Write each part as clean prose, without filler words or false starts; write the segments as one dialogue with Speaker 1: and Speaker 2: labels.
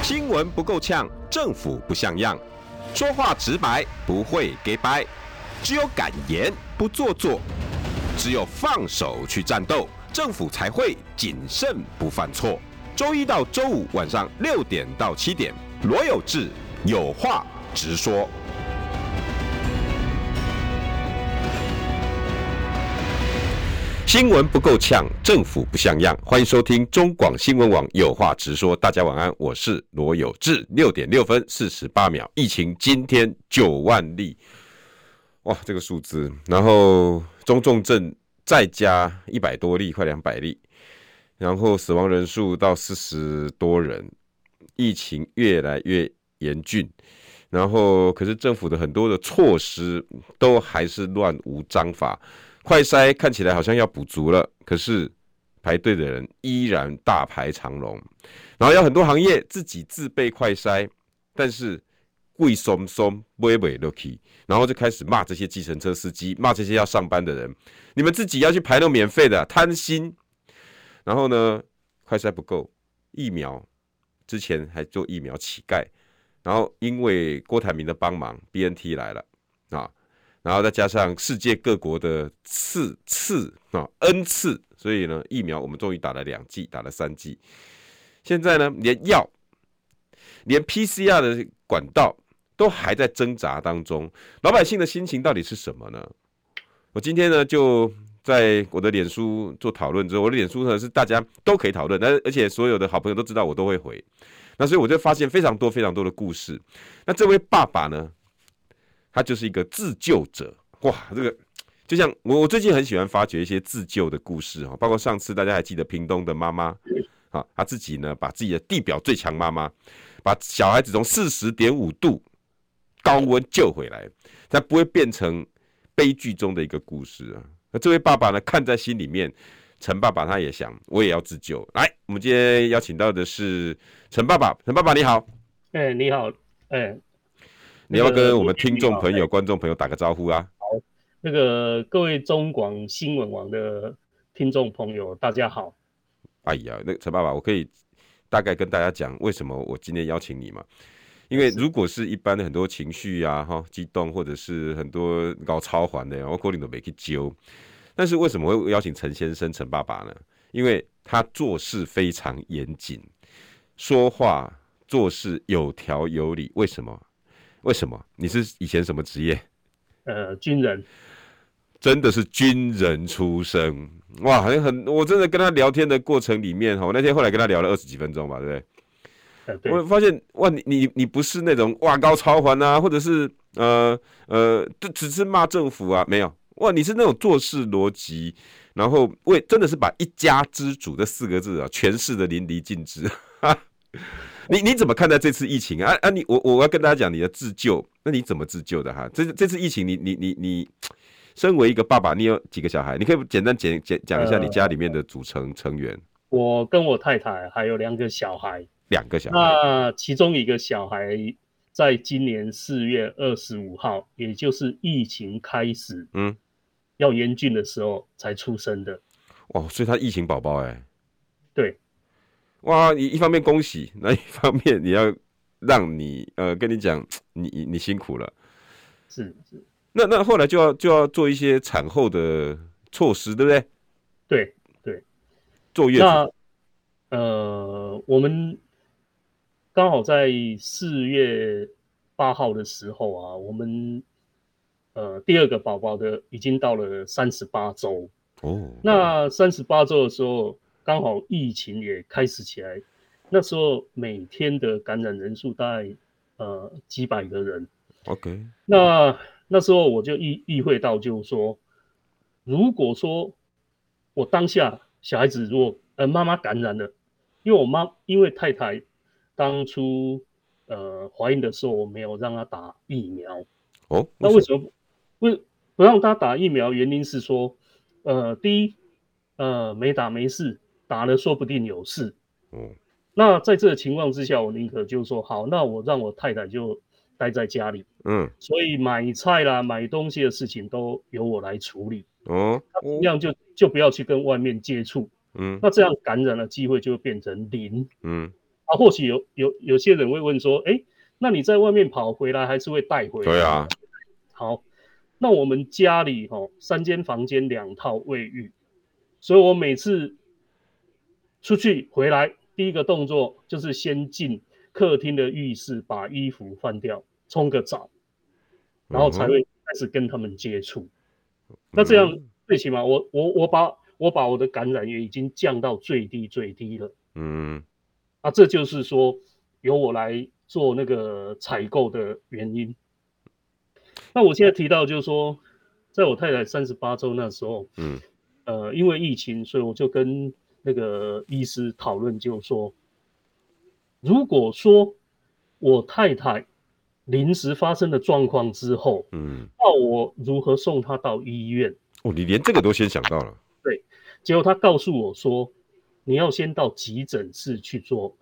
Speaker 1: 新闻不够呛，政府不像样，说话直白，不会给掰，只有敢言不做作，只有放手去战斗，政府才会谨慎不犯错。周一到周五晚上6点到7点，罗有志有话直说。新闻不够呛，政府不像样。欢迎收听中广新闻网有话直说。大家晚安，我是罗有志。6点6分48秒，疫情今天9万例，哇，这个数字。然后中重症再加100多例，快200例。然后死亡人数到40多人，疫情越来越严峻。然后可是政府的很多的措施都还是乱无章法。快筛看起来好像要补足了，可是排队的人依然大排长龙。然后有很多行业自己自备快筛，但是贵松松买不下去，然后就开始骂这些计程车司机，骂这些要上班的人，你们自己要去排那种免费的，贪心。然后呢，快筛不够，疫苗之前还做疫苗乞丐，然后因为郭台铭的帮忙 ，BNT 来了啊。然后再加上世界各国的N 次，所以呢，疫苗我们终于打了2剂，打了3剂。现在呢，连 PCR 的管道都还在挣扎当中，老百姓的心情到底是什么呢？我今天呢，就在我的脸书做讨论之后，我的脸书呢是大家都可以讨论，而且所有的好朋友都知道我都会回。那所以我就发现非常多的故事。那这位爸爸呢？他就是一个自救者，哇！这个就像我最近很喜欢发掘一些自救的故事，包括上次大家还记得屏东的妈妈，她自己呢把自己的地表最强妈妈，把小孩子从40.5度高温救回来，才不会变成悲剧中的一个故事啊。那这位爸爸呢，看在心里面，陈爸爸他也想，我也要自救。来，我们今天邀请到的是陈爸爸，陈爸爸你好。
Speaker 2: 你好，
Speaker 1: 你要跟我们听众朋友、观众朋友打个招呼啊！
Speaker 2: 好，各位中广新闻网的听众朋友，大家好。
Speaker 1: 哎呀，那陈爸爸，我可以大概跟大家讲为什么我今天邀请你嘛？因为如果是一般的很多情绪啊、激动，或者是很多搞超环的，我可能都没去揪。但是为什么会邀请陈先生、陈爸爸呢？因为他做事非常严谨，说话做事有条有理。为什么？你是以前什么职业？
Speaker 2: 军人。
Speaker 1: 真的是军人出身，哇，我真的跟他聊天的过程里面，我那天后来跟他聊了20几分钟吧，对不对？
Speaker 2: 对。
Speaker 1: 我发现哇，你不是那种哇高超环啊，或者是只是骂政府啊，没有哇，你是那种做事逻辑，然后真的是把一家之主这4个字啊诠释的淋漓尽致。你怎么看待这次疫情啊？我要跟大家讲你的自救，那你怎么自救的哈？这次疫情你身为一个爸爸，你有几个小孩？你可以简单讲一下你家里面的组成员。
Speaker 2: 我跟我太太还有2个小孩。
Speaker 1: 2个小孩。
Speaker 2: 那其中一个小孩在今年4月25号，也就是疫情开始要严峻的时候才出生的。
Speaker 1: 哦，所以他疫情宝宝
Speaker 2: 对。
Speaker 1: 哇，你一方面恭喜，那一方面你要让你跟你讲，你辛苦了。
Speaker 2: 是。
Speaker 1: 那后来就要做一些产后的措施，对不对？
Speaker 2: 对。
Speaker 1: 坐月子。
Speaker 2: 那我们刚好在4月8号的时候啊，我们第2个宝宝的已经到了38周。哦。那38周的时候，刚好疫情也开始起来，那时候每天的感染人数大概几百个人。
Speaker 1: OK。
Speaker 2: 那时候我就意会到，就是说，如果说我当下小孩子如果妈妈感染了，因为太太当初怀孕的时候我没有让她打疫苗。
Speaker 1: 哦。
Speaker 2: 那为什么不让她打疫苗？原因是说，第一，没打没事。打了说不定有事。那在这个情况之下，我宁可就说好，那我让我太太就待在家里。所以买菜啦、买东西的事情都由我来处理。那尽量就不要去跟外面接触。那这样感染的机会就变成0。 啊，或许有些人会问说，那你在外面跑回来还是会带回来？
Speaker 1: 对啊。
Speaker 2: 好，那我们家里3间房间2套卫浴，所以我每次出去回来，第一个动作就是先进客厅的浴室把衣服换掉，冲个澡，然后才会开始跟他们接触。那这样最起码我把我的感染源已经降到最低了。这就是说由我来做那个采购的原因。那我现在提到就是说，在我太太38周那时候，因为疫情，所以我就跟那个医师讨论，就是说，如果说我太太临时发生的状况之后，那我如何送她到医院？
Speaker 1: 你连这个都先想到了。
Speaker 2: 对，结果他告诉我说，你要先到急诊室去做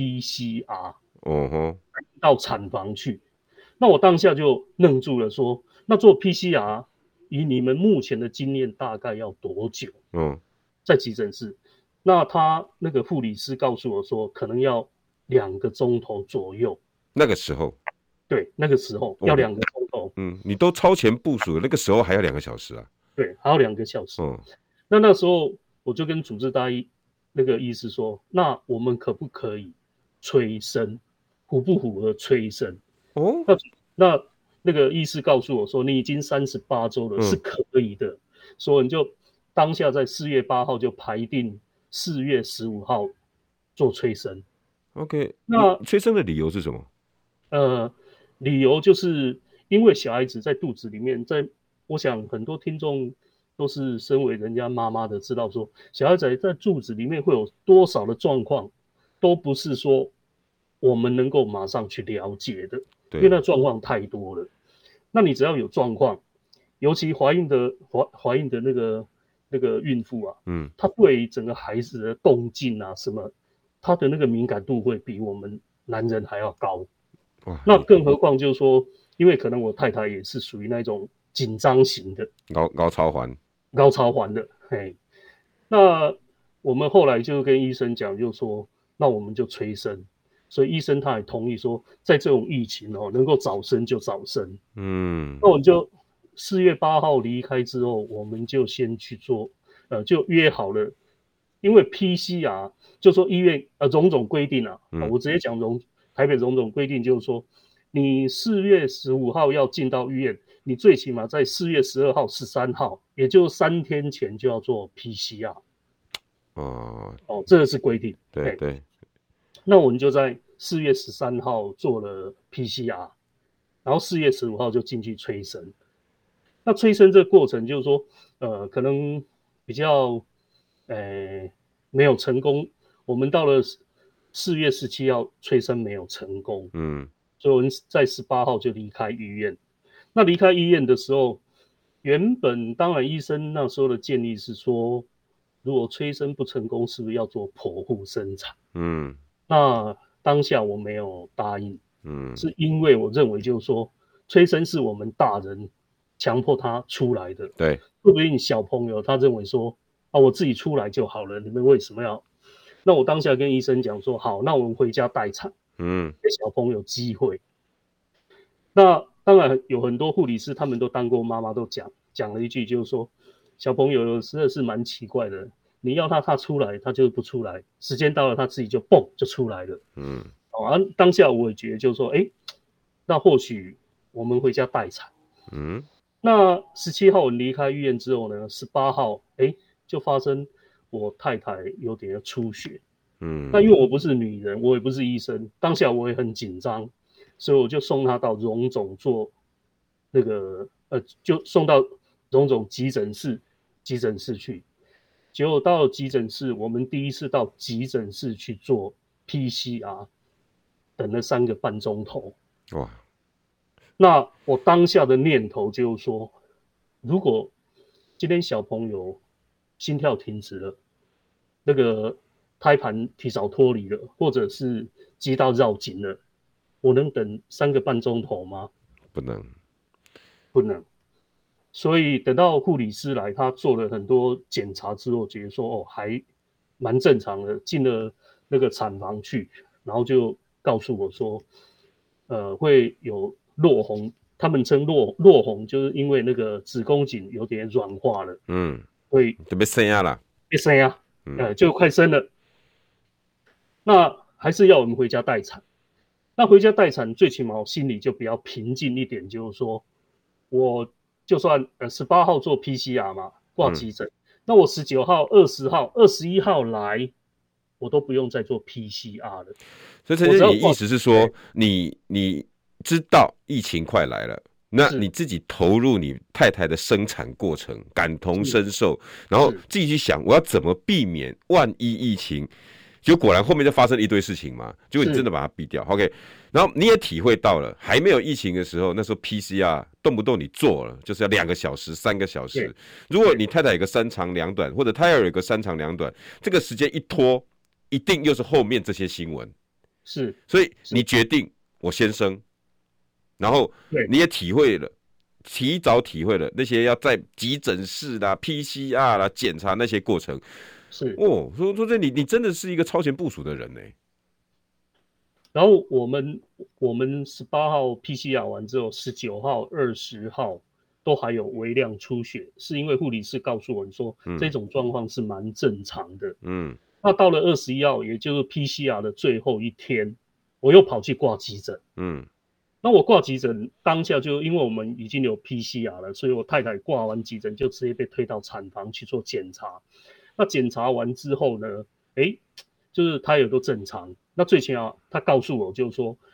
Speaker 2: PCR，到产房去。那我当下就愣住了，说，那做 PCR 以你们目前的经验大概要多久？在急诊室，那他那个护理师告诉我说，可能要2个钟头左右。
Speaker 1: 那个时候，
Speaker 2: 对，那个时候要2个钟头。
Speaker 1: 你都超前部署了，那个时候还要2个小时啊？
Speaker 2: 对，还要2个小时。那时候我就跟主治大医那个医师说，那我们可不可以催生？符不符合催生？那个医师告诉我说，你已经38周了，是可以的。所以你就当下在4月8号就排定4月15号做催生。
Speaker 1: OK， 那催生的理由是什么？
Speaker 2: 理由就是因为小孩子在肚子里面，我想很多听众都是身为人家妈妈的，知道说小孩子在肚子里面会有多少的状况，都不是说我们能够马上去了解的，因为那状况太多了。那你只要有状况，尤其怀孕的那个孕妇啊，她对整个孩子的动静啊什么，她的那个敏感度会比我们男人还要高。那更何况就是说，因为可能我太太也是属于那种紧张型的，
Speaker 1: 高超环
Speaker 2: 的，那我们后来就跟医生讲，就说那我们就催生，所以医生他也同意说，在这种疫情能够早生就早生。那我们就4月8号离开之后，我们就先去做，就约好了，因为 PCR 就说医院荣总规定啊，我直接讲台北荣总规定就是说，你4月15号要进到医院，你最起码在4月12号、13号，也就3天前就要做 PCR。这个是规定。
Speaker 1: 对。
Speaker 2: 那我们就在4月13号做了 PCR， 然后4月15号就进去催生。那催生这个过程就是说，可能比较没有成功。我们到了4月17号催生没有成功，所以我们在18号就离开医院。那离开医院的时候，原本当然医生那时候的建议是说，如果催生不成功，是不是要做剖腹生产？那当下我没有答应，是因为我认为就是说，催生是我们大人强迫他出来的，
Speaker 1: 对，
Speaker 2: 说不定小朋友他认为说，我自己出来就好了，你们为什么要？那我当下跟医生讲说，好，那我们回家待产，给小朋友机会。那当然有很多护理师，他们都当过妈妈，都讲了一句，就是说，小朋友真的是蛮奇怪的，你要他出来，他就不出来，时间到了，他自己就蹦就出来了。当下我也觉得就是说，那或许我们回家待产。那17号我离开医院之后呢，18号就发生我太太有点出血。那因为我不是女人，我也不是医生，当下我也很紧张，所以我就送她到荣总做那个就送到荣总急诊室去。结果到了急诊室，我们第一次到急诊室去做 PCR， 等了3个半钟头。那我当下的念头就是说，如果今天小朋友心跳停止了，那个胎盘提早脱离了，或者是肌道绕颈了，我能等3个半钟头吗？
Speaker 1: 不能。
Speaker 2: 所以等到护理师来，他做了很多检查之后，觉得说还蛮正常的，进了那个产房去， 然后就告诉我说，会有落红，他们称落红，就是因为那个子宫颈有点软化了，会
Speaker 1: 就被生啊啦，
Speaker 2: 被生啊，就快生了，那还是要我们回家待产。那回家待产，最起码我心里就比较平静一点，就是说，我就算18号做 PCR 嘛，挂急诊，那我19号、20号、21号来，我都不用再做 PCR 了。
Speaker 1: 所以陈先生，你意思是说，你知道疫情快来了，那你自己投入你太太的生产过程，感同身受，然后自己去想，我要怎么避免万一疫情。就果然后面就发生了一堆事情嘛，结果你真的把它避掉 ，OK， 然后你也体会到了，还没有疫情的时候，那时候 PCR 动不动你做了就是要2个小时、3个小时，如果你太太有个3长2短，或者他要有一个3长2短，这个时间一拖，一定又是后面这些新闻，
Speaker 2: 是，
Speaker 1: 所以你决定我先生，然后你也体会了。提早体会了那些要在急诊室啦、PCR 啦检查那些过程，
Speaker 2: 是
Speaker 1: 哦，说这你真的是一个超前部署的人呢。
Speaker 2: 然后我们18号 PCR 完之后，19号、20号都还有微量出血，是因为护理师告诉我说，这种状况是蛮正常的。那到了21号，也就是 PCR 的最后一天，我又跑去挂急诊。那我挂急诊当下就因为我们已经有 PCR 了，所以我太太挂完急诊就直接被推到产房去做检查。那检查完之后呢，就是她也都正常。那最起码她告诉我就是说，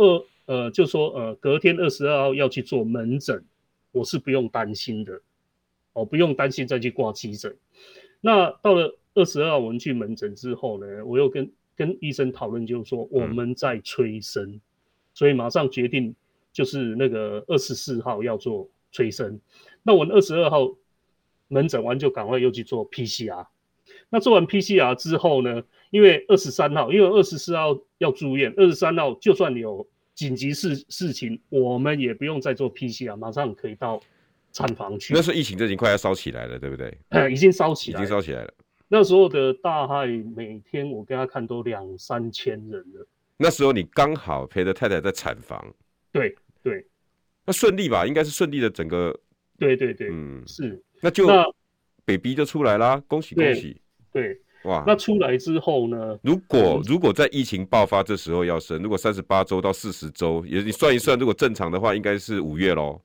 Speaker 2: 隔天22号要去做门诊，我是不用担心的，不用担心再去挂急诊。那到了22号我们去门诊之后呢，我又跟医生讨论，就是说我们在催生。所以马上决定就是那个24号要做催生。那我们22号门诊完就赶快又去做 PCR。那做完 PCR 之后呢，因为23号，因为24号要住院，23号就算有紧急事情，我们也不用再做 PCR， 马上可以到产房去。
Speaker 1: 那时候疫情就已经快要烧起来了，对不对？
Speaker 2: 已经烧起来
Speaker 1: 了。
Speaker 2: 那时候的大概每天我跟他看都2-3千人了。
Speaker 1: 那时候你刚好陪着太太在产房，
Speaker 2: 对，
Speaker 1: 那顺利吧？应该是顺利的整个，
Speaker 2: 对，是，
Speaker 1: 那 baby 就出来啦，恭喜恭喜！
Speaker 2: 对，哇，那出来之后呢？
Speaker 1: 如果在疫情爆发这时候要生，如果38周到40周，你算一算，如果正常的话，应该是5月咯。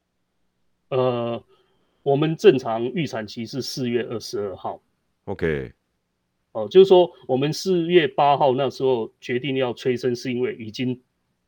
Speaker 2: 我们正常预产期是4月22号。
Speaker 1: OK。
Speaker 2: 就是说我们4月8号那时候决定要催生，是因为已经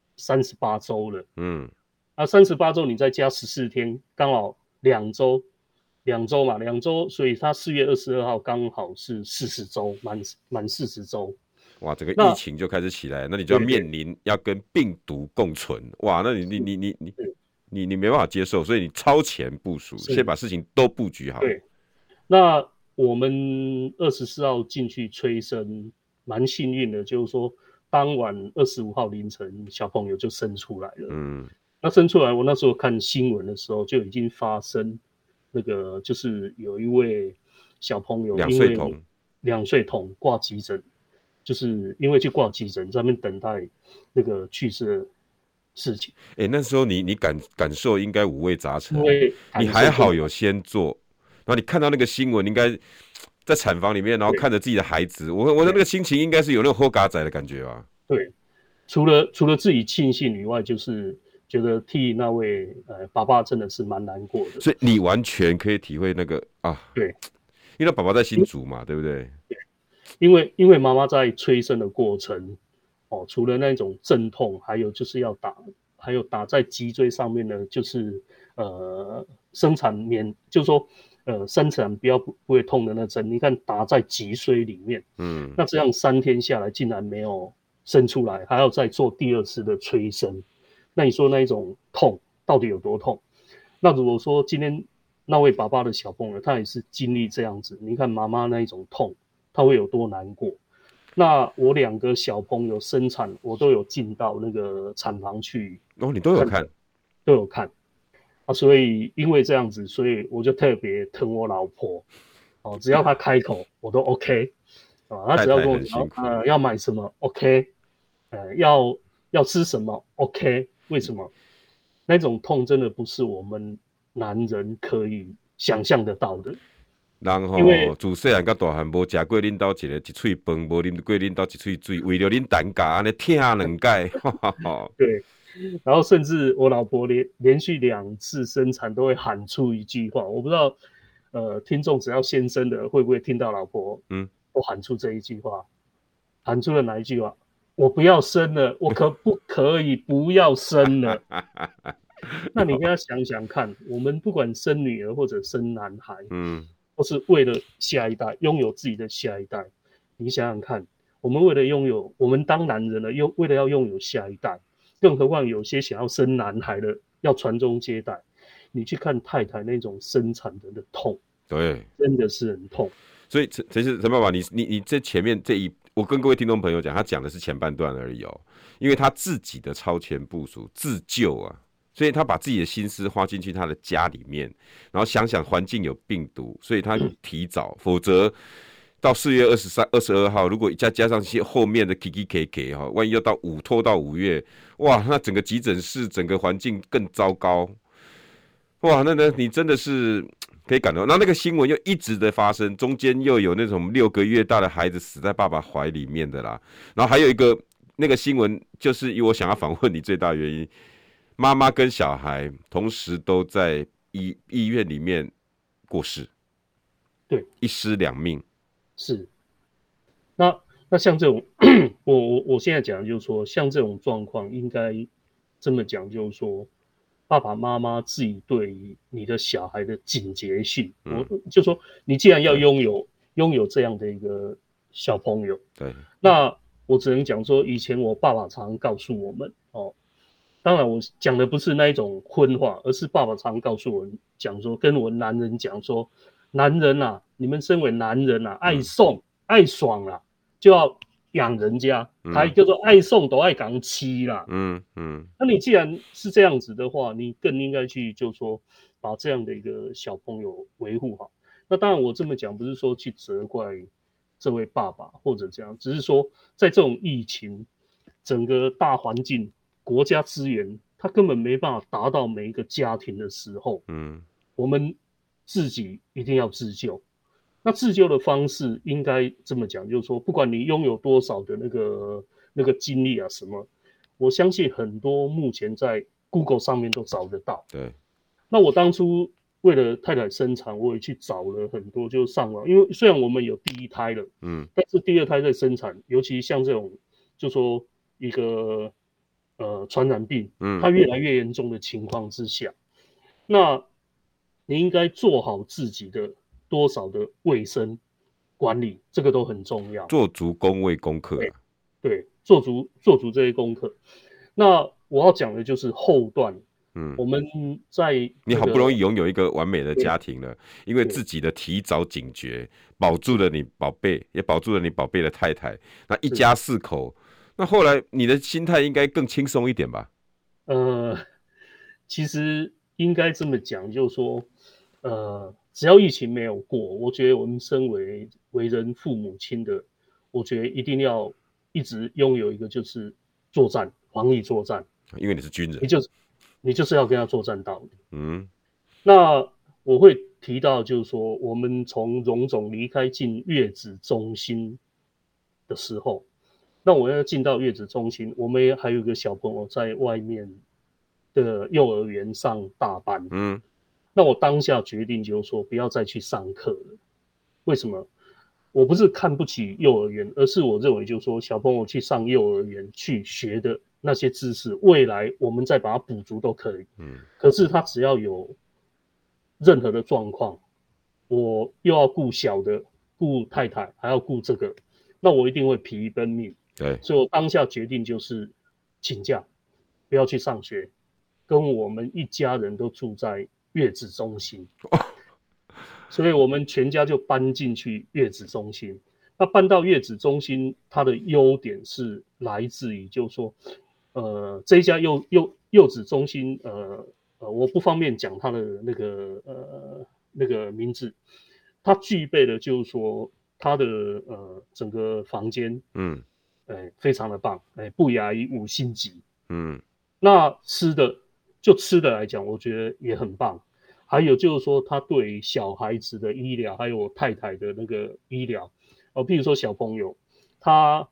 Speaker 2: 38周了。那38周你再加14天，刚好2周嘛，2周，所以他4月22号刚好是40周，满40周。
Speaker 1: 哇，整个疫情就开始起来，那你就要面临要跟病毒共存。哇，那你没办法接受，所以你超前部署，先把事情都布局好。
Speaker 2: 对，那我们24号进去催生，蛮幸运的，就是说当晚25号凌晨小朋友就生出来了。那生出来，我那时候看新闻的时候就已经发生那个，就是有一位小朋友因为2岁童挂急诊，就是因为去挂急诊，在那边等待那个去世的事情。
Speaker 1: 那时候你感受应该五味杂陈，你还好有先做。然后你看到那个新闻，应该在产房里面，然后看着自己的孩子，我的那个心情应该是有那种后嘎仔的感觉吧？
Speaker 2: 对，除了自己庆幸以外，就是觉得替那位爸爸真的是蛮难过的。
Speaker 1: 所以你完全可以体会那个啊，
Speaker 2: 对，
Speaker 1: 因为爸爸在新竹嘛，对不对？
Speaker 2: 对，因为妈妈在催生的过程，除了那种阵痛，还有就是还有打在脊椎上面呢，就是生产就是说。生产不会痛的那针，你看打在脊髓里面，那这样3天下来竟然没有生出来，还要再做第2次的催生，那你说那一种痛到底有多痛？那如果说今天那位爸爸的小朋友他也是经历这样子，你看妈妈那一种痛，他会有多难过？那我2个小朋友生产，我都有进到那个产房去，
Speaker 1: 你都有看，
Speaker 2: 都有看。所以因为这样子，所以我就特别疼我老婆。只要她开口，我都 OK。她只要跟我讲要买什么 OK， 要吃什么 OK， 为什么？那种痛真的不是我们男人可以想象得到的。
Speaker 1: 人
Speaker 2: 因为
Speaker 1: 自细汉到大汉无食过恁兜一喙饭，无啉过恁兜一喙水，为了恁蛋家安尼疼两届。
Speaker 2: 对，然后甚至我老婆连续2次生产都会喊出一句话，我不知道听众只要先生的会不会听到老婆都喊出这一句话，喊出了哪一句话？我不要生了，我可不可以不要生了？那你跟他想想看，我们不管生女儿或者生男孩，都是为了下一代，拥有自己的下一代。你想想看，我们为了拥有，我们当男人了，为了要拥有下一代，更何况有些想要生男孩的，要传宗接代。你去看太太那种生产的痛，
Speaker 1: 对，
Speaker 2: 真的是很痛。
Speaker 1: 所以陈爸爸，你这前面我跟各位听众朋友讲，他讲的是前半段而已哦，因为他自己的超前部署自救啊，所以他把自己的心思花进去他的家里面，然后想想环境有病毒，所以他提早，否则到4月22号，如果再加上些后面的 KK 哈，万一要拖到5月，哇，那整个急诊室整个环境更糟糕，哇，那你真的是。可以感到，那个新闻又一直的发生，中间又有那种6个月大的孩子死在爸爸怀里面的啦，然后还有一个那个新闻，就是因为我想要访问你最大的原因，妈妈跟小孩同时都在医院里面过世，
Speaker 2: 对，
Speaker 1: 一尸2命。
Speaker 2: 是，那像这种，我现在讲的就是说，像这种状况，应该这么讲，就是说。爸爸妈妈自己对你的小孩的警觉性，我就说，你既然要拥有这样的一个小朋友，
Speaker 1: 对，
Speaker 2: 那我只能讲说，以前我爸爸常告诉我们哦，当然我讲的不是那一种荤话，而是爸爸常告诉我讲说，跟我男人讲说，男人啊，你们身为男人啊，爱送爱爽啦，就要养人家，还叫做爱送都爱讲妻啦。那你既然是这样子的话，你更应该去就是说把这样的一个小朋友维护好。那当然我这么讲不是说去责怪这位爸爸或者这样，只是说在这种疫情整个大环境国家资源它根本没办法达到每一个家庭的时候，我们自己一定要自救。那自救的方式应该这么讲，就是说，不管你拥有多少的那个精力啊什么，我相信很多目前在 Google 上面都找得到。
Speaker 1: 对。
Speaker 2: 那我当初为了太太生产，我也去找了很多，就上网，因为虽然我们有第1胎了，但是第2胎在生产，尤其像这种，就说一个传染病，它越来越严重的情况之下，那你应该做好自己的。多少的卫生管理，这个都很重要。
Speaker 1: 做足公卫功课，
Speaker 2: 对，做足这些功课。那我要讲的就是后段，我们在
Speaker 1: 你好不容易拥有一个完美的家庭了，因为自己的提早警觉，保住了你宝贝，也保住了你宝贝的太太，那一家4口，那后来你的心态应该更轻松一点吧？
Speaker 2: 其实应该这么讲，就是说，只要疫情没有过，我觉得我们身为人父母亲的，我觉得一定要一直拥有一个就是作战，防疫作战。
Speaker 1: 因为你是军人，
Speaker 2: 你就是要跟他作战到底。那我会提到就是说，我们从荣总离开进月子中心的时候，那我要进到月子中心，我们还有一个小朋友在外面的幼儿园上大班。那我当下决定就是说不要再去上课了。为什么？我不是看不起幼儿园，而是我认为就是说小朋友去上幼儿园去学的那些知识，未来我们再把它补足都可以。可是他只要有任何的状况，我又要顾小的，顾太太，还要顾这个，那我一定会疲于奔命。
Speaker 1: 对，
Speaker 2: 所以我当下决定就是请假，不要去上学，跟我们一家人都住在月子中心，所以我们全家就搬进去月子中心。那搬到月子中心，它的优点是来自于，就是说，这一家幼子中心，我不方便讲它的那个名字，它具备的就是说，它的整个房间， 非常的棒，不亚于5星级。那吃的来讲，我觉得也很棒。还有就是说，他对小孩子的医疗，还有我太太的那个医疗，譬如说小朋友，他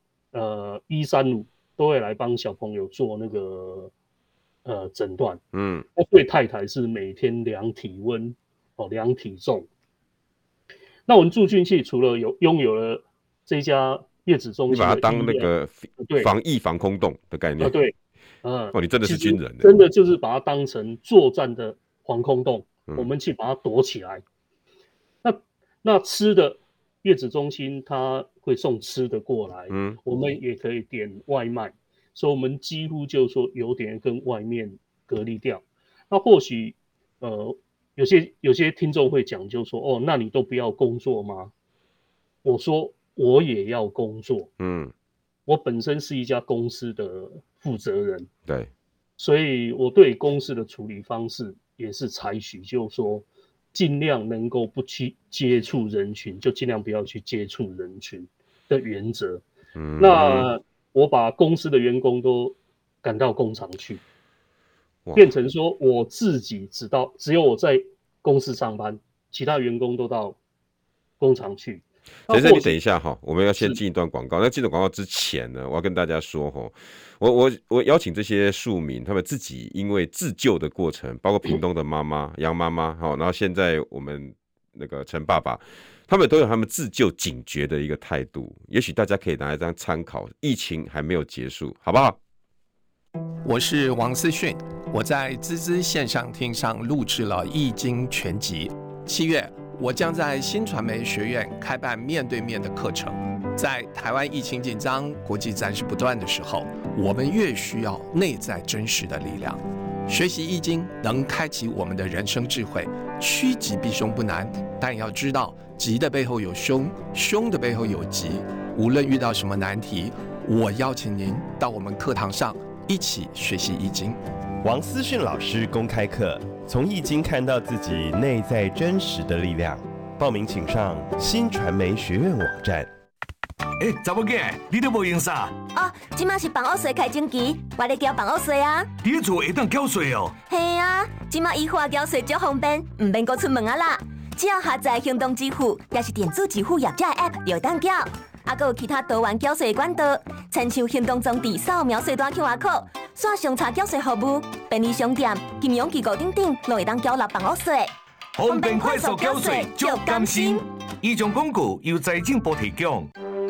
Speaker 2: 135都会来帮小朋友做那个诊断。那对太太是每天量体温，量体重。那我们驻军系除了拥有了这家月子中心，
Speaker 1: 你把它当那个防疫防空洞的概念。
Speaker 2: 对，
Speaker 1: 你真的是军人，
Speaker 2: 真的就是把它当成作战的防空洞，我们去把它躲起来。那吃的月子中心它会送吃的过来，我们也可以点外卖，所以我们几乎就是说有点跟外面隔离掉。那或许有些听众会讲，就说那你都不要工作吗？我说我也要工作，我本身是一家公司的负责人，
Speaker 1: 对，
Speaker 2: 所以我对公司的处理方式也是采取，就是说尽量能够不去接触人群，就尽量不要去接触人群的原则。那我把公司的员工都赶到工厂去，变成说我自己只有我在公司上班，其他员工都到工厂去。
Speaker 1: 先生，你等一下哈，我们要先进一段广告。那进入广告之前呢，我要跟大家说哈，我邀请这些庶民，他们自己因为自救的过程，包括屏东的妈妈杨妈妈，然后现在我们那个陈爸爸，他们都有他们自救警觉的一个态度，也许大家可以拿来当参考。疫情还没有结束，好不好？
Speaker 3: 我是王思训，我在滋滋线上听上录制了《易经全集》。7月，我将在新传媒学院开办面对面的课程。在台湾疫情紧张、国际战事不断的时候，我们越需要内在真实的力量。学习易经能开启我们的人生智慧。趋吉避凶不难，但要知道吉的背后有凶，凶的背后有吉。无论遇到什么难题，我邀请您到我们课堂上一起学习易经。
Speaker 4: 王思训老师公开课，从易经看到自己内在真实的力量。报名请上新传媒学院网站。
Speaker 5: 查某囝，你都无用啥？
Speaker 6: 即马是办学税开征期，我咧交办学税啊。
Speaker 5: 你咧厝会当缴税哦？
Speaker 6: 嘿啊，即马移花缴税足方便，唔免搁出门啊啦。只要下载行动支付，也是电子支付业者的 App 就会当缴。还有其他多元缴税管道，亲像行动装置扫描税单 QR code， 线上查缴税服务，便利商店、金融机构等等，都会当缴纳办学税。
Speaker 5: 方便快速缴税，足甘心。以上广告由财政部提供。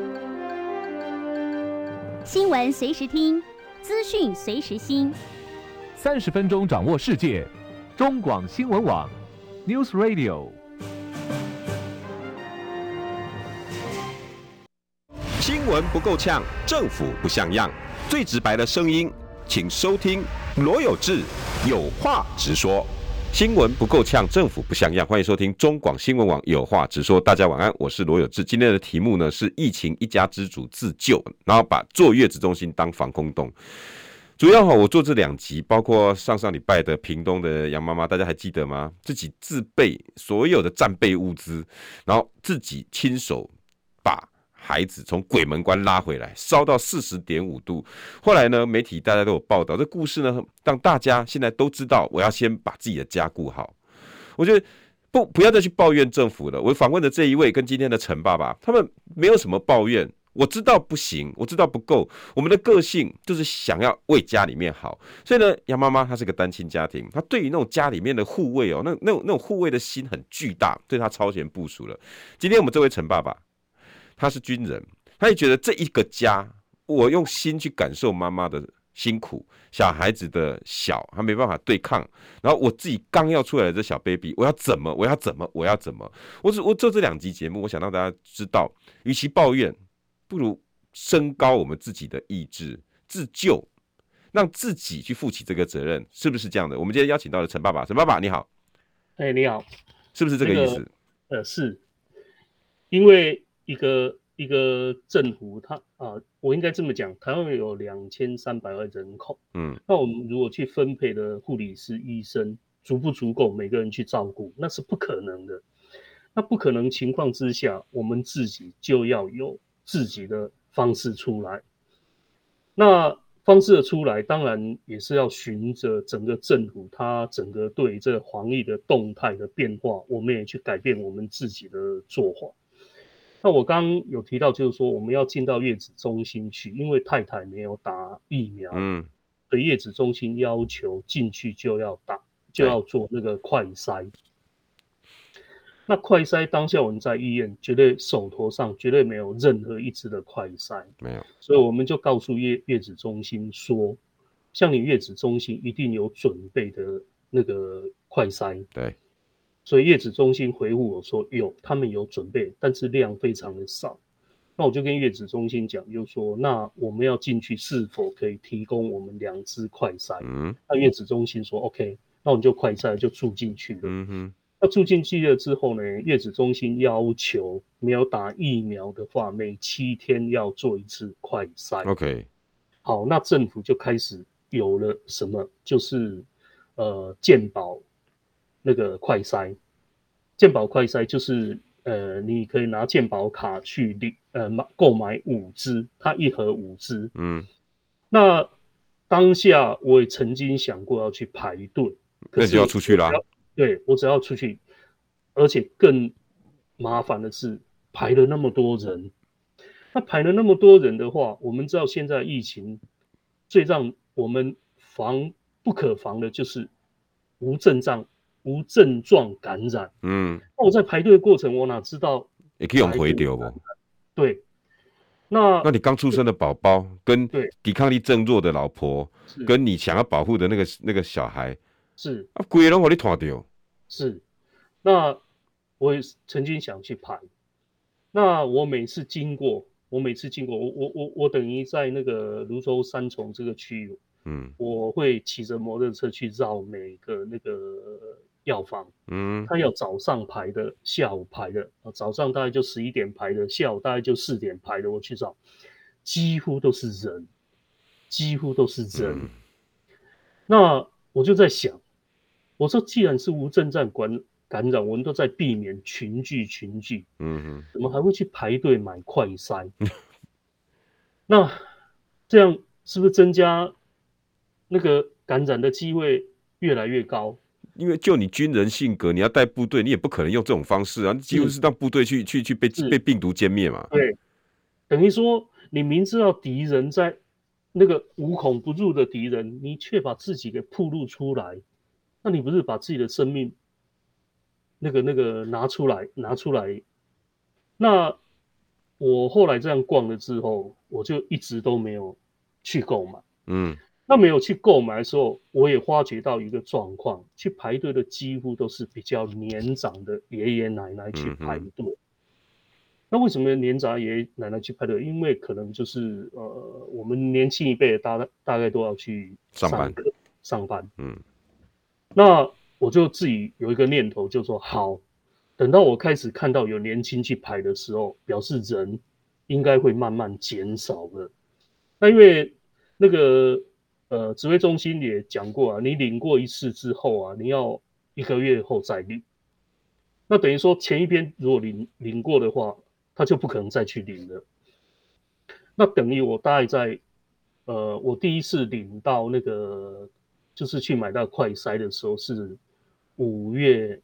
Speaker 7: 新闻随时听，资讯随时新
Speaker 8: ，30分钟掌握世界。中广新闻网 News Radio。
Speaker 1: 新闻不够呛，政府不像样，最直白的声音，请收听罗有志有话直说。新闻不够呛，政府不像样，欢迎收听中广新闻网有话直说。大家晚安，我是罗有志。今天的题目呢是疫情一家之主自救，然后把坐月子中心当防空洞。主要我做这2集，包括上礼拜的屏东的杨妈妈，大家还记得吗？自己自备所有的战备物资，然后自己亲手把孩子从鬼门关拉回来，烧到40.5度。后来呢，媒体大家都有报道，这故事呢，让大家现在都知道，我要先把自己的家顾好。我觉得不要再去抱怨政府了。我访问的这一位跟今天的陈爸爸，他们没有什么抱怨。我知道不行，我知道不够，我们的个性就是想要为家里面好。所以呢，杨妈妈她是个单亲家庭，她对于那种家里面的护卫那种护卫的心很巨大，对她超前部署了。今天我们这位陈爸爸，他是军人，他也觉得这一个家，我用心去感受妈妈的辛苦，小孩子的小，他没办法对抗，然后我自己刚要出来的这小 baby， 我要怎么？我做这2集节目，我想让大家知道，与其抱怨，不如升高我们自己的意志，自救，让自己去负起这个责任，是不是这样的？我们今天邀请到了陈爸爸，陈爸爸你好。
Speaker 2: 你好，
Speaker 1: 是不是这个意思？
Speaker 2: 是，因为一个政府它我应该这么讲，台湾有2300万人口，那我们如果去分配的护理师、医生足不足够每个人去照顾，那是不可能的。那不可能情况之下，我们自己就要有自己的方式出来。 那方式的出来，当然也是要循着整个政府它整个对这个防疫的动态的变化，我们也去改变我们自己的做法。那我刚刚有提到，就是说我们要进到月子中心去，因为太太没有打疫苗，所以月子中心要求进去就要做那个快筛。那快筛当下我们在医院绝对手头上绝对没有任何一支的快筛，
Speaker 1: 没有，
Speaker 2: 所以我们就告诉月子中心说，像你月子中心一定有准备的那个快筛，
Speaker 1: 对，
Speaker 2: 所以月子中心回复我说他们有准备，但是量非常的少。那我就跟月子中心讲，就说那我们要进去是否可以提供我们2支快筛？那月子中心说 OK， 那我们就快筛就住进去了。那住进去了之后呢，月子中心要求没有打疫苗的话，每7天要做1次快筛。
Speaker 1: OK，
Speaker 2: 好，那政府就开始有了什么，就是健保那个快筛。健保快筛就是你可以拿健保卡去购买5支，它1盒5支。那当下我也曾经想过要去排队，
Speaker 1: 那就要出去啦。
Speaker 2: 对，我只要出去，而且更麻烦的是排了那么多人。那排了那么多人的话，我们知道现在疫情最让我们不可防的就是无症状感染。那我在排队的过程，我哪知道
Speaker 1: 也可以用回流哦。
Speaker 2: 对，那
Speaker 1: 你刚出生的宝宝跟抵抗力正弱的老婆，跟你想要保护的那个小孩。
Speaker 2: 是
Speaker 1: 啊，规个拢互你拖到。
Speaker 2: 是，那我也曾经想去排。那我每次经过，我等于在那个芦洲三重这个区域，我会骑着摩托车去绕每个那个药房，他有早上排的，下午排的，早上大概就11点排的，下午大概就4点排的，我去找，几乎都是人。那我就在想，我说既然是无症状感染，我们都在避免群聚，怎么还会去排队买快筛？那这样是不是增加那个感染的机会越来越高？
Speaker 1: 因为就你军人性格，你要带部队，你也不可能用这种方式啊，几乎是让部队去被病毒歼灭嘛。
Speaker 2: 对，等于说你明知道敌人在那个无孔不入的敌人，你却把自己给暴露出来，那你不是把自己的生命那个拿出来？那我后来这样逛了之后，我就一直都没有去购买。那没有去购买的时候，我也发觉到一个状况，去排队的几乎都是比较年长的爷爷奶奶去排队。那为什么年长爷爷奶奶去排队？因为可能就是我们年轻一辈的大概都要去上班。那我就自己有一个念头，就说好，等到我开始看到有年轻去排的时候，表示人应该会慢慢减少了。那因为那个指挥中心也讲过啊，你领过1次之后啊，你要1个月后再领。那等于说前一篇如果领过的话，他就不可能再去领了。那等于我大概在我第一次领到那个就是去买到快筛的时候是5月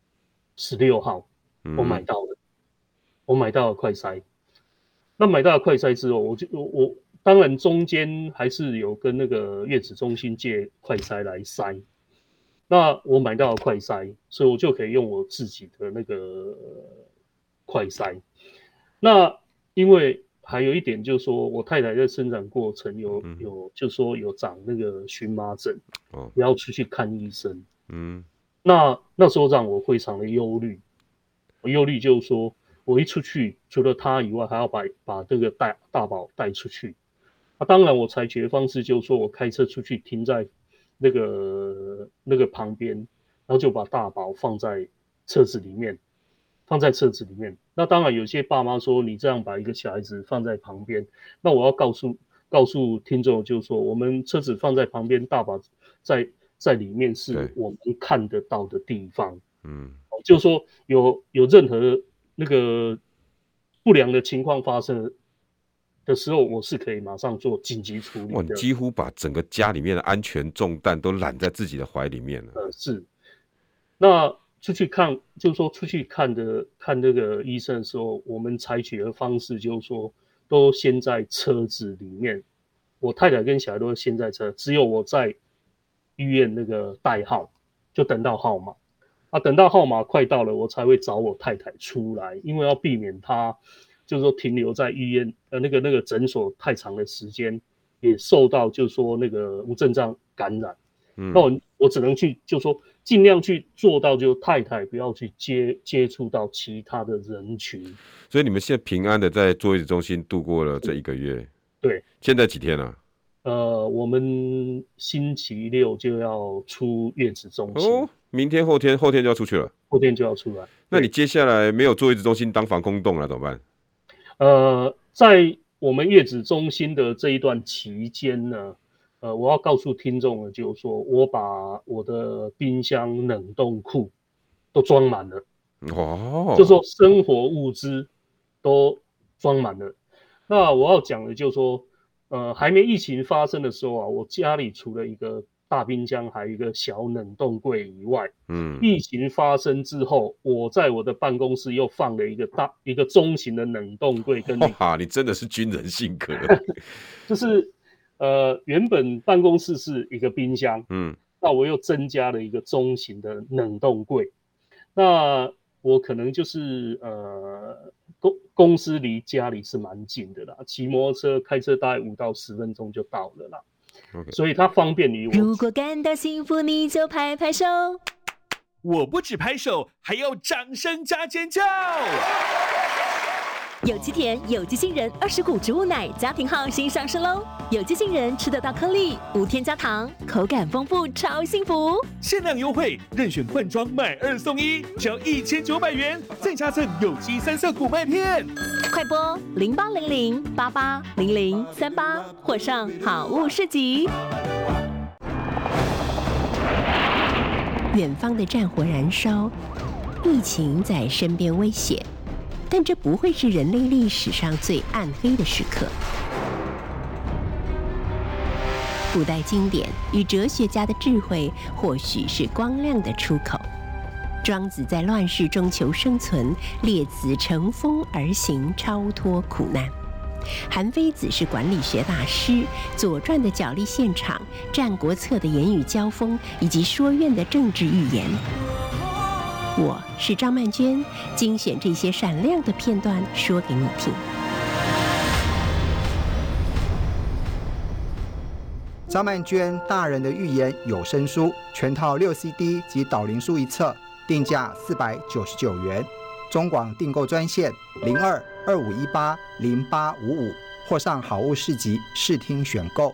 Speaker 2: 16号，我买到了快筛。那买到了快筛之后，我当然中间还是有跟那个月子中心借快筛来筛。那我买到了快筛，所以我就可以用我自己的那个快筛。那因为还有一点就是说，我太太在生产过程有就是说有长那个荨麻疹，也要出去看医生。那时候让我非常的忧虑。我忧虑就是说，我一出去，除了他以外，还要把这个大宝带出去。当然，我采取的方式就是说我开车出去，停在那个旁边，然后就把大宝放在车子里面。那当然，有些爸妈说你这样把一个小孩子放在旁边，那我要告诉听众，就是说我们车子放在旁边，大宝在里面是我们看得到的地方。就是说有任何那个不良的情况发生， 的时候，我是可以马上做紧急处理的。
Speaker 1: 哇，你几乎把整个家里面的安全重担都揽在自己的怀里面了。
Speaker 2: 是。那出去看，就是说出去看这个医生的时候，我们采取的方式就是说，都先在车子里面。我太太跟小孩都先在车，只有我在医院那个代号，就等到号码。等到号码快到了，我才会找我太太出来，因为要避免她就是说停留在医院那个诊所太长的时间，也受到就是说那个无症状感染。那我只能去就是说尽量去做到，就太太不要去接触到其他的人群。
Speaker 1: 所以你们现在平安的在坐月子中心度过了这1个月。
Speaker 2: 对。
Speaker 1: 现在几天了？
Speaker 2: 我们星期六就要出月子中心。
Speaker 1: 哦，明天后天就要出去了。
Speaker 2: 后天就要出来。
Speaker 1: 那你接下来没有坐月子中心当防空洞了，怎么办？
Speaker 2: 在我们月子中心的这一段期间呢，我要告诉听众的就是说，我把我的冰箱、冷冻库都装满了。就是说生活物资都装满了。那我要讲的就是说，还没疫情发生的时候啊，我家里除了一个大冰箱，还有一个小冷冻柜以外，疫情发生之后，我在我的办公室又放了一个中型的冷冻柜跟
Speaker 1: 哇，你真的是军人性格。
Speaker 2: 就是原本办公室是一个冰箱，那我又增加了一个中型的冷冻柜。那我可能就是公司离家里是蛮近的啦，骑摩托车开车大概5到10分钟就到了啦。所以它方便于我。
Speaker 6: 如果感到幸福，你就拍拍手。
Speaker 5: 我不止拍手，还要掌声加尖叫。
Speaker 6: 有机甜有机杏仁20谷植物奶家庭号新上市喽！有机杏仁吃得到颗粒，无添加糖，口感丰富，超幸福！
Speaker 5: 限量优惠，任选罐装买2送1，只要1900元，再加赠有机3色谷麦片。
Speaker 6: 快拨0800880038或上好物市集。远方的战火燃烧，疫情在身边威胁。但这不会是人类历史上最暗黑的时刻。古代经典与哲学家的智慧，或许是光亮的出口。庄子在乱世中求生存，列子乘风而行，超脱苦难。韩非子是管理学大师，《左传》的角力现场，《战国策》的言语交锋，以及说院的政治预言。我是张曼娟，精选这些闪亮的片段说给你听。
Speaker 9: 张曼娟大人的寓言有声书全套6 CD 及导灵书一册，定价499元。中广订购专线02-2518-0855，或上好物市集视听选购。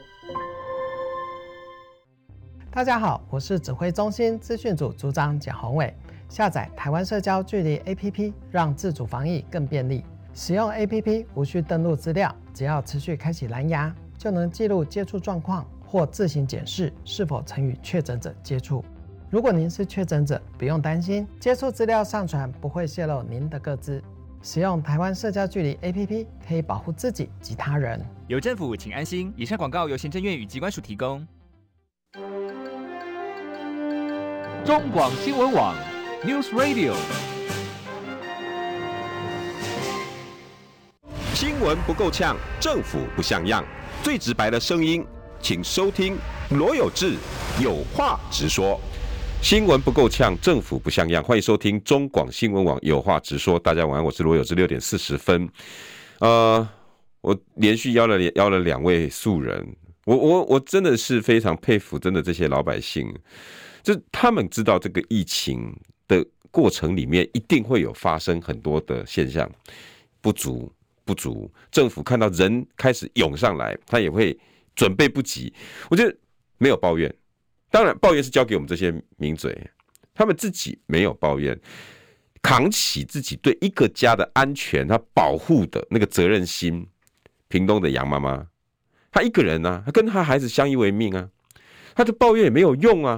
Speaker 10: 大家好，我是指挥中心资讯组组长简宏伟。下载台湾社交距离 APP， 让自主防疫更便利。使用 APP 无需登录资料，只要持续开启蓝牙，就能记录接触状况或自行检视是否曾与确诊者接触。如果您是确诊者，不用担心，接触资料上传不会泄露您的个资。使用台湾社交距离 APP 可以保护自己及他人。
Speaker 11: 有政府，请安心。以上广告由行政院与疾管署提供。
Speaker 8: 中广新闻网 News Radio。
Speaker 1: 新闻不够呛，政府不像样，最直白的声音，请收听罗有志有话直说。新闻不够呛，政府不像样，欢迎收听中广新闻网有话直说。大家晚安，我是罗有志。6点40分，我连续邀了2位素人，我真的是非常佩服，真的这些老百姓，就他们知道这个疫情的过程里面一定会有发生很多的现象，不足，政府看到人开始涌上来，他也会准备不及。我觉得没有抱怨，当然抱怨是交给我们这些名嘴，他们自己没有抱怨，扛起自己对一个家的安全他保护的那个责任心。屏东的杨妈妈，她一个人啊，她跟她孩子相依为命啊，她的抱怨也没有用啊。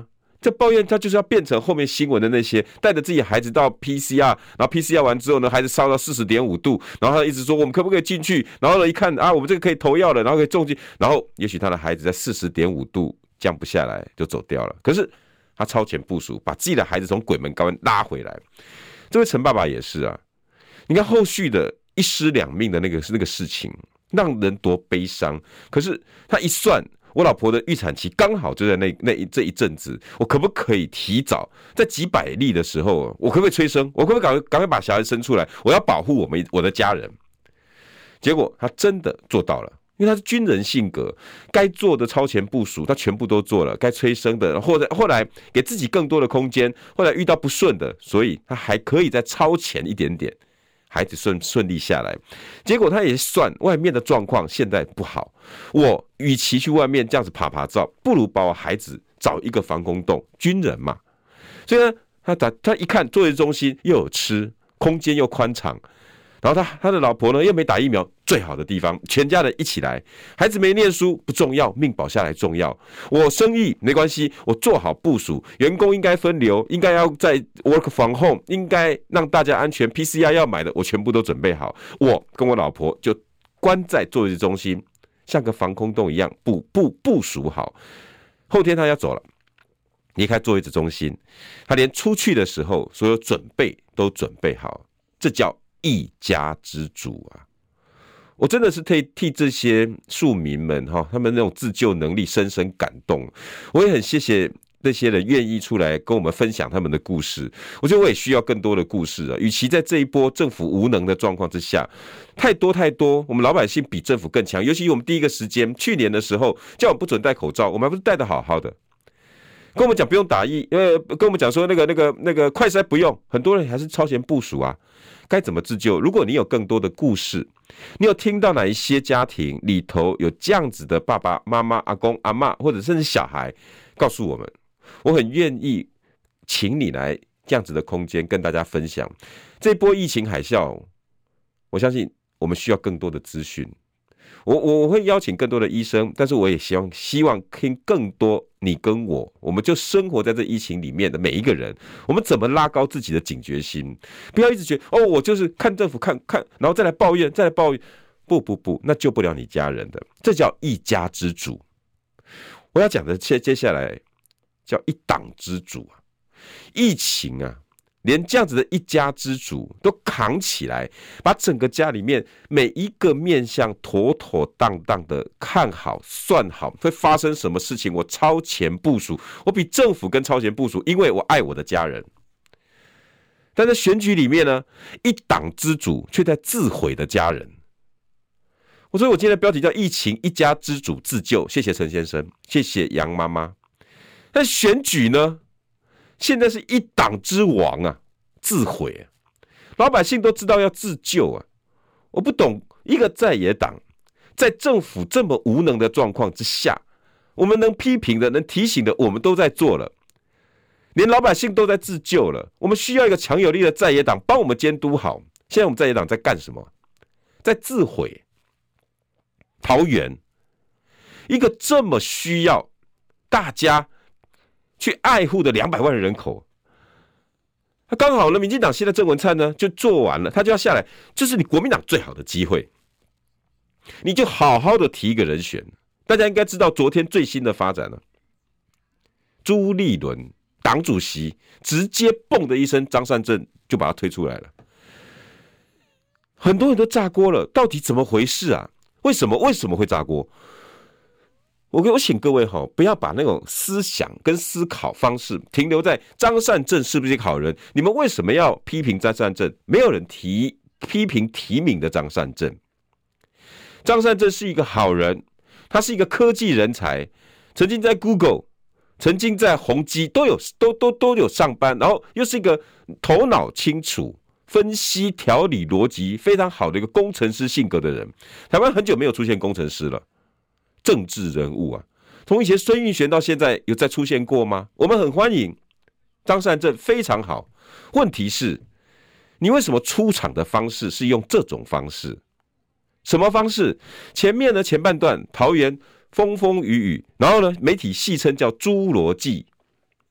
Speaker 1: 这抱怨他就是要变成后面新闻的那些，带着自己孩子到 PCR， 然后 PCR 完之后呢，孩子烧到 40.5 度，然后他一直说我们可不可以进去，然后呢一看啊，我们这个可以投药了，然后可以种进，然后也许他的孩子在 40.5 度降不下来就走掉了，可是他超前部署，把自己的孩子从鬼门高温拉回来。这位陈爸爸也是啊，你看后续的一尸两命的那个事情，让人多悲伤。可是他一算，我老婆的预产期刚好就在这一阵子，我可不可以提早在几百例的时候，我可不可以催生？我可不可以赶快把小孩生出来？我要保护我的家人。结果他真的做到了，因为他是军人性格，该做的超前部署他全部都做了，该催生的，或者后来给自己更多的空间，后来遇到不顺的，所以他还可以再超前一点点。孩子顺利下来，结果他也算外面的状况现在不好，我与其去外面这样子爬照，不如把我孩子找一个防空洞，军人嘛。所以呢，他一看坐月子中心又有吃，空间又宽敞，然后他的老婆呢又没打疫苗，最好的地方，全家人一起来。孩子没念书不重要，命保下来重要。我生意没关系，我做好部署，员工应该分流，应该要在 work from home， 应该让大家安全。PCR 要买的我全部都准备好，我跟我老婆就关在坐月子中心，像个防空洞一样部署好。后天他要走了，离开坐月子中心，他连出去的时候所有准备都准备好，这叫一家之主啊！我真的是替这些庶民们他们那种自救能力深深感动。我也很谢谢那些人愿意出来跟我们分享他们的故事。我觉得我也需要更多的故事啊！与其在这一波政府无能的状况之下，太多，我们老百姓比政府更强。尤其我们第一个时间，去年的时候叫我们不准戴口罩，我们还不是戴得好好的。跟我们讲不用打疫，跟我们讲说那个快筛不用，很多人还是超前部署啊。该怎么自救？如果你有更多的故事，你有听到哪一些家庭里头有这样子的爸爸妈妈、阿公阿嬷，或者甚至小孩，告诉我们，我很愿意请你来这样子的空间跟大家分享。这波疫情海啸，我相信我们需要更多的资讯。我会邀请更多的医生，但是我也希望听更多你跟我们就生活在这疫情里面的每一个人，我们怎么拉高自己的警觉心，不要一直觉得我就是看政府看，然后再来抱怨，不，那救不了你家人的，这叫一家之主。我要讲的接下来叫一党之主啊，疫情啊。连这样子的一家之主都扛起来，把整个家里面每一个面向妥妥当当的看好算好，会发生什么事情，我超前部署，我比政府更超前部署，因为我爱我的家人。但在选举里面呢，一党之主却在自毁的家人。所以我今天的标题叫疫情一家之主自救，谢谢陈先生，谢谢杨妈妈。但选举呢，现在是一党之王啊，自毁啊！老百姓都知道要自救啊！我不懂，一个在野党，在政府这么无能的状况之下，我们能批评的、能提醒的，我们都在做了，连老百姓都在自救了。我们需要一个强有力的在野党帮我们监督好。现在我们在野党在干什么？在自毁。桃园，一个这么需要大家去爱护的200万人口，刚好呢，民进党现在郑文灿呢就做完了，他就要下来，这是你国民党最好的机会，你就好好的提一个人选。大家应该知道昨天最新的发展了，朱立伦党主席直接蹦的一声，张善政就把他推出来了，很多人都炸锅了，到底怎么回事啊？为什么会炸锅？我请各位不要把那种思想跟思考方式停留在张善政是不是一个好人。你们为什么要批评张善政？没有人批评提名的张善政。张善政是一个好人，他是一个科技人才，曾经在 Google， 曾经在宏基都有上班，然后又是一个头脑清楚、分析条理逻辑非常好的一个工程师性格的人。台湾很久没有出现工程师了。政治人物啊，从以前孙运璇到现在有再出现过吗？我们很欢迎张善政，非常好。问题是，你为什么出场的方式是用这种方式？什么方式？前面的前半段桃园风风雨雨，然后呢，媒体戏称叫侏罗纪。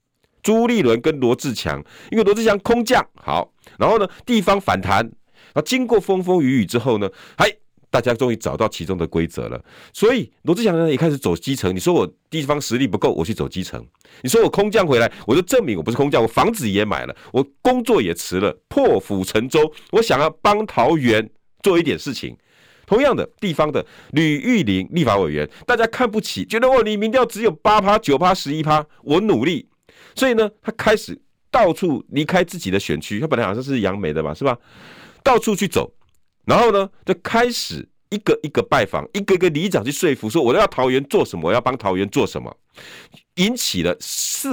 Speaker 1: 朱立伦跟罗志强，因为罗志强空降好，然后呢地方反弹，然后经过风风雨雨之后呢，大家终于找到其中的规则了。所以罗志祥呢也开始走基层。你说我地方实力不够，我去走基层。你说我空降回来，我就证明我不是空降，我房子也买了，我工作也辞了，破釜沉舟，我想要帮桃园做一点事情。同样的，地方的吕玉玲立法委员，大家看不起，觉得你民调只有8%、9%、11%，我努力。所以呢，他开始到处离开自己的选区，他本来好像是杨梅的吧，是吧？到处去走。然后呢，就开始一个一个拜访，一个一个里长去说服，说我要桃园做什么，我要帮桃园做什么，引起了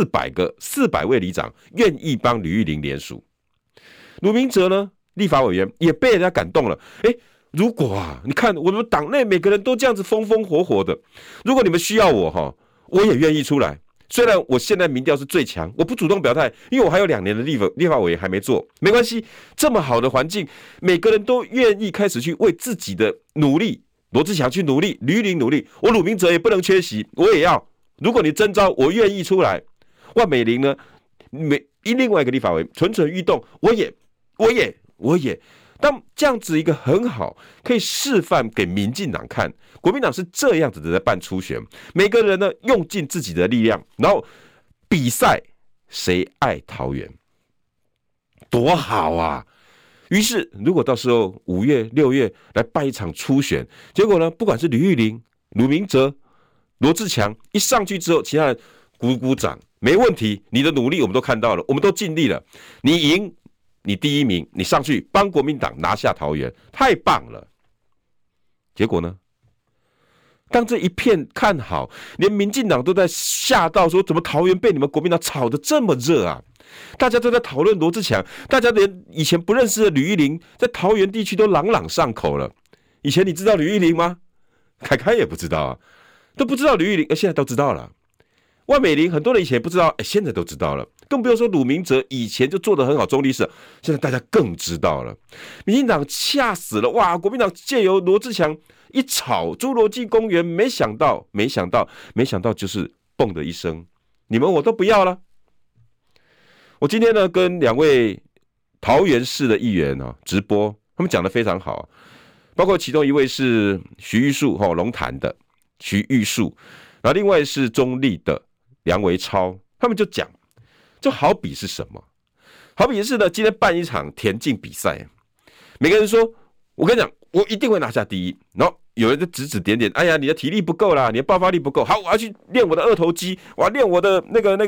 Speaker 1: 400位里长愿意帮吕玉玲联署。鲁明哲呢，立法委员也被人家感动了。如果你看我们党内每个人都这样子风风火火的，如果你们需要我也愿意出来。虽然我现在民调是最强，我不主动表态，因为我还有2年的立法委员还没做，没关系。这么好的环境，每个人都愿意开始去为自己的努力，罗志祥去努力，吕玉玲努力，我鲁明哲也不能缺席，我也要。如果你征召，我愿意出来。万美玲呢，另外一个立法委员蠢蠢欲动，我也。当这样子一个很好，可以示范给民进党看，国民党是这样子的在办初选，每个人呢用尽自己的力量，然后比赛谁爱桃园，多好啊！于是，如果到时候5月、6月来办一场初选，结果呢，不管是吕玉玲、鲁明哲、罗志强一上去之后，其他人鼓掌，没问题，你的努力我们都看到了，我们都尽力了，你赢。你第1名，你上去帮国民党拿下桃园，太棒了。结果呢？当这一片看好，连民进党都在吓到说，怎么桃园被你们国民党炒得这么热啊？大家都在讨论罗志强，大家连以前不认识的吕玉玲，在桃园地区都朗朗上口了。以前你知道吕玉玲吗？凯凯也不知道啊，都不知道吕玉玲，现在都知道了。万美玲很多人以前也不知道，现在都知道了，更不用说鲁明哲以前就做得很好，中立市，现在大家更知道了。民进党吓死了，哇！国民党借由罗志强一炒侏罗纪公园，没想到就是蹦的一声，你们我都不要了。我今天呢跟2位桃园市的议员直播，他们讲得非常好，包括其中一位是徐玉树龙潭的徐玉树，然后另外是中立的梁维超，他们就讲，就好比是什么？好比是呢，今天办一场田径比赛，每个人说，我跟你讲，我一定会拿下第1，然后有人就指点点，哎呀，你的体力不够啦，你的爆发力不够，好，我要去练我的二头肌，我要练我的那个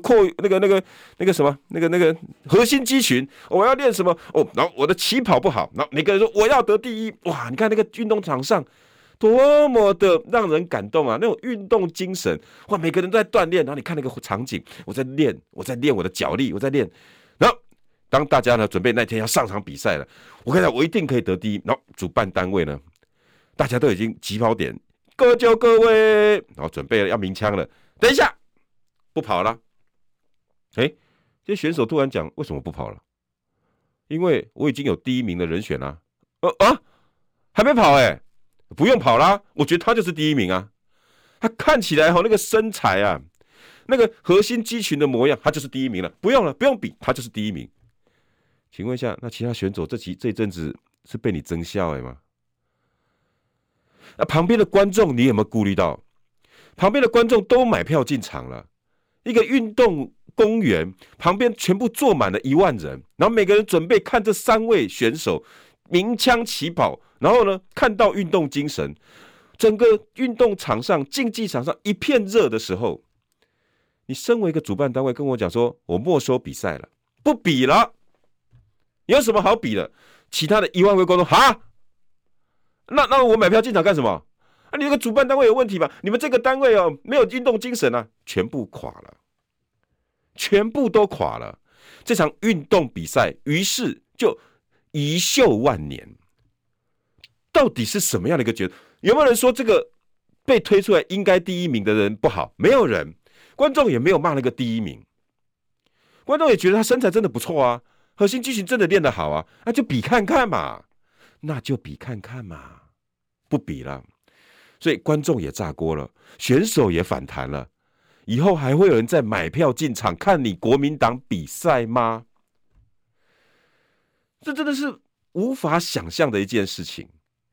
Speaker 1: 核心肌群，我要练什么？然后我的起跑不好，然后每个人说我要得第1，哇，你看那个运动场上。多么的让人感动啊！那种运动精神，哇！每个人都在锻炼，然后你看那个场景，我在练我的脚力，我在练。然后当大家呢准备那天要上场比赛了，我跟你讲，我一定可以得第1。然后主办单位呢，大家都已经起跑点，各就各位，然后准备了要鸣枪了。等一下，不跑了。这些选手突然讲，为什么不跑了？因为我已经有第1名的人选了。还没跑不用跑啦，我觉得他就是第1名啊。他看起来那个身材啊，那个核心肌群的模样，他就是第1名了。不用了，不用比，他就是第1名。请问一下，那其他选手这一阵子是被你增效吗？旁边的观众你有没有顾虑到？旁边的观众都买票进场了，一个运动公园旁边全部坐满了1万人，然后每个人准备看这3位选手鸣枪起跑。然后呢，看到运动精神，整个运动场上、竞技场上一片热的时候，你身为一个主办单位跟我讲说，我没收比赛了，不比了，有什么好比的？其他的1万位观众，那我买票进场干什么？你这个主办单位有问题吧？你们这个单位没有运动精神啊，全部垮了，全部都垮了。这场运动比赛，于是就遗臭万年。到底是什么样的一个决定？有没有人说这个被推出来应该第1名的人不好？没有人，观众也没有骂那个第1名，观众也觉得他身材真的不错啊，核心肌群真的练得好啊，那就比看看嘛，不比了，所以观众也炸锅了，选手也反弹了， 以后还会有人再买票进场看你国民党比赛吗？这真的是无法想象的一件事情。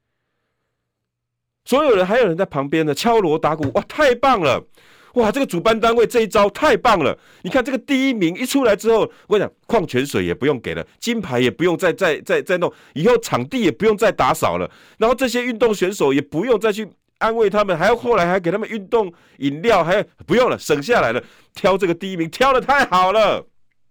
Speaker 1: 所有人还有人在旁边呢敲锣打鼓，哇，太棒了！哇，这个主办单位这一招太棒了！你看这个第一名一出来之后，我跟你讲，矿泉水也不用给了，金牌也不用再弄，以后场地也不用再打扫了，然后这些运动选手也不用再去安慰他们，后来还给他们运动饮料，还不用了，省下来了，挑这个第一名挑得太好了。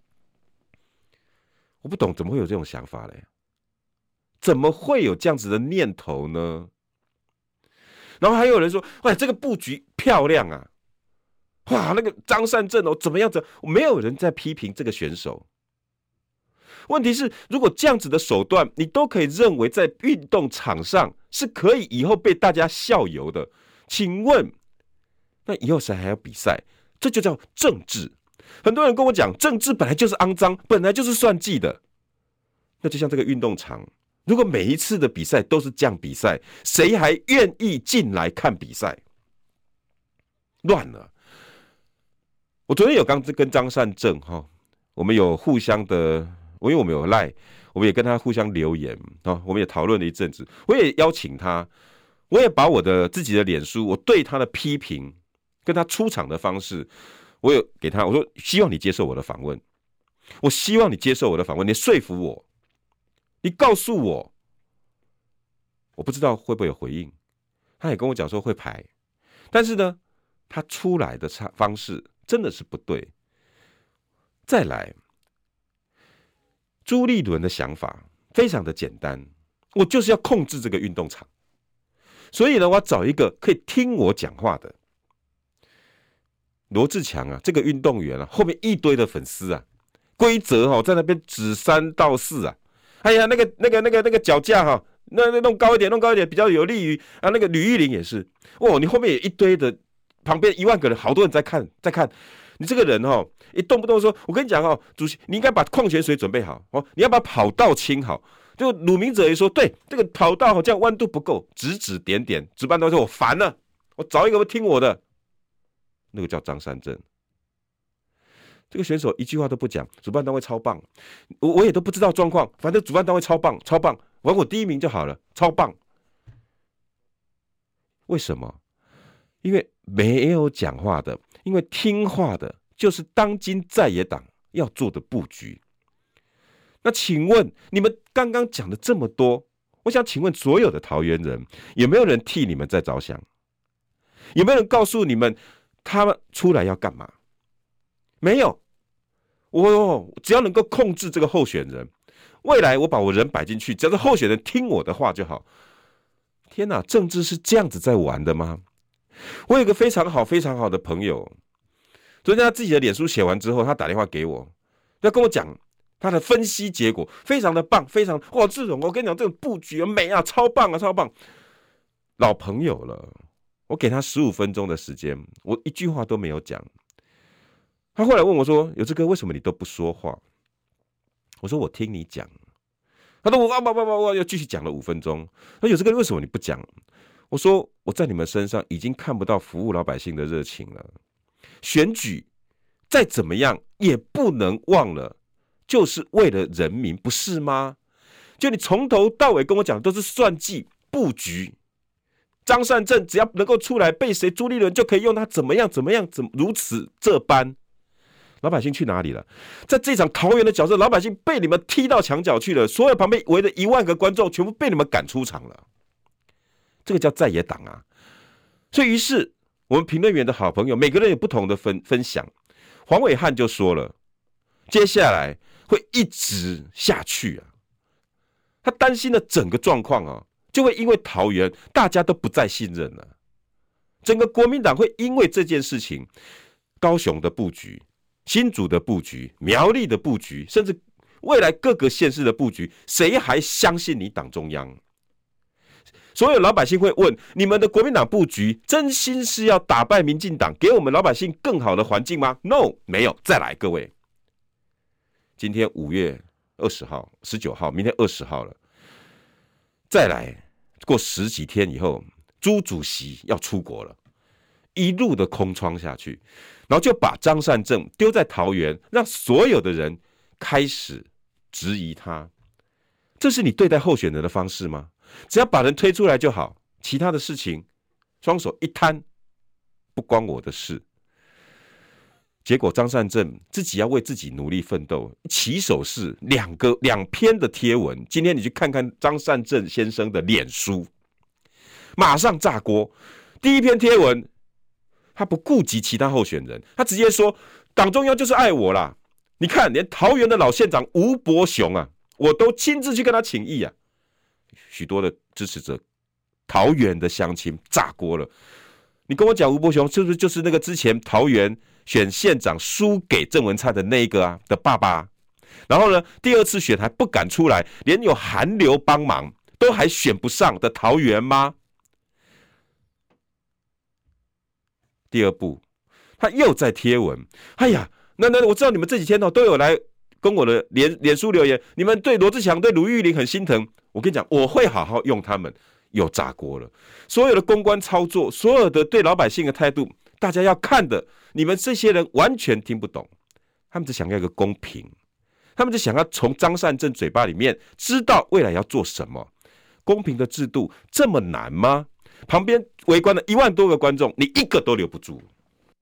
Speaker 1: 我不懂怎么会有这种想法嘞？怎么会有这样子的念头呢？然后还有人说，哇，这个布局漂亮啊！哇，那个张善政怎么样子？没有人在批评这个选手。问题是，如果这样子的手段，你都可以认为在运动场上是可以以后被大家效尤的，请问，那以后谁还要比赛？这就叫政治。很多人跟我讲，政治本来就是肮脏，本来就是算计的。那就像这个运动场，如果每一次的比赛都是这样比赛，谁还愿意进来看比赛？乱了。我昨天有刚跟张善政我们有互相的，因为我们有赖，我们也跟他互相留言我们也讨论了一阵子。我也邀请他，我也把我的自己的脸书，我对他的批评，跟他出场的方式，我有给他，我说希望你接受我的访问，我希望你接受我的访问，你说服我，你告诉我，我不知道会不会有回应。他也跟我讲说会排，但是呢，他出来的方式真的是不对。再来，朱立伦的想法非常的简单，我就是要控制这个运动场，所以呢，我要找一个可以听我讲话的。罗志强这个运动员后面一堆的粉丝规则在那边指3道4哎呀，那个脚架那弄高一点，比较有利于那个吕玉玲也是你后面有一堆的，旁边1万个人，好多人在看，你这个人一动不动说，我跟你讲主席，你应该把矿泉水准备好你要把跑道清好。就鲁明哲也说，对，这个跑道这样弯度不够，指点，主办单位说我烦了，我找一个会听我的，那个叫张善政。这个选手一句话都不讲，主办单位超棒，我也都不知道状况，反正主办单位超棒，完我第一名就好了，超棒。为什么？因为没有讲话的，因为听话的就是当今在野党要做的布局。那请问你们刚刚讲的这么多，我想请问所有的桃园人，有没有人替你们在着想？有没有人告诉你们他们出来要干嘛？没有。我只要能够控制这个候选人，未来我把我人摆进去，只要是候选人听我的话就好。天哪，政治是这样子在玩的吗？我有一个非常好的朋友，昨天他自己的脸书写完之后，他打电话给我，要跟我讲他的分析结果，非常的棒，非常这种我跟你讲，这种布局美超棒，老朋友了。我给他15分钟的时间，我一句话都没有讲。他后来问我说：“有志哥，为什么你都不说话？”我说：“我听你讲。”他说：“我又继续讲了5分钟。”他说：“有志哥，为什么你不讲？”我说：“我在你们身上已经看不到服务老百姓的热情了。选举再怎么样也不能忘了，就是为了人民，不是吗？就你从头到尾跟我讲都是算计布局。张善政只要能够出来被谁，朱立伦就可以用他怎么样，如此这般。”老百姓去哪里了？在这场桃园的角色，老百姓被你们踢到墙角去了，所有旁边围着1万个观众全部被你们赶出场了。这个叫在野党啊！所以于是我们评论员的好朋友，每个人有不同的分享。黄伟汉就说了，接下来会一直下去啊。他担心的整个状况就会因为桃园大家都不再信任了，整个国民党会因为这件事情，高雄的布局、新竹的布局、苗栗的布局，甚至未来各个县市的布局，谁还相信你党中央？所有老百姓会问：你们的国民党布局真心是要打败民进党，给我们老百姓更好的环境吗 ？No， 没有。再来，各位，今天5月20号、19号，明天20号了。再来，过10几天以后，朱主席要出国了。 一路的空窗下去，然后就把张善政丢在桃园，让所有的人开始质疑他。这是你对待候选人的方式吗？只要把人推出来就好，其他的事情双手一摊，不关我的事。结果张善政自己要为自己努力奋斗，起手式两篇的贴文，今天你去看看张善政先生的脸书，马上炸锅。第一篇贴文，他不顾及其他候选人，他直接说党中央就是爱我啦。你看，连桃园的老县长吴伯雄啊，我都亲自去跟他请益啊。许多的支持者，桃园的乡亲炸锅了。你跟我讲吴伯雄是不是就是那个之前桃园选县长输给郑文灿的那一个啊的爸爸？然后呢，第二次选还不敢出来，连有韩流帮忙都还选不上的桃园吗？第二步，他又在贴文，哎呀，那我知道你们这几天都有来跟我的脸书留言，你们对罗智强、对卢玉玲很心疼。我跟你讲，我会好好用他们。又炸锅了，所有的公关操作，所有的对老百姓的态度，大家要看的，你们这些人完全听不懂。他们只想要一个公平，他们只想要从张善政嘴巴里面知道未来要做什么。公平的制度这么难吗？旁边围观的1万多个观众，你一个都留不住。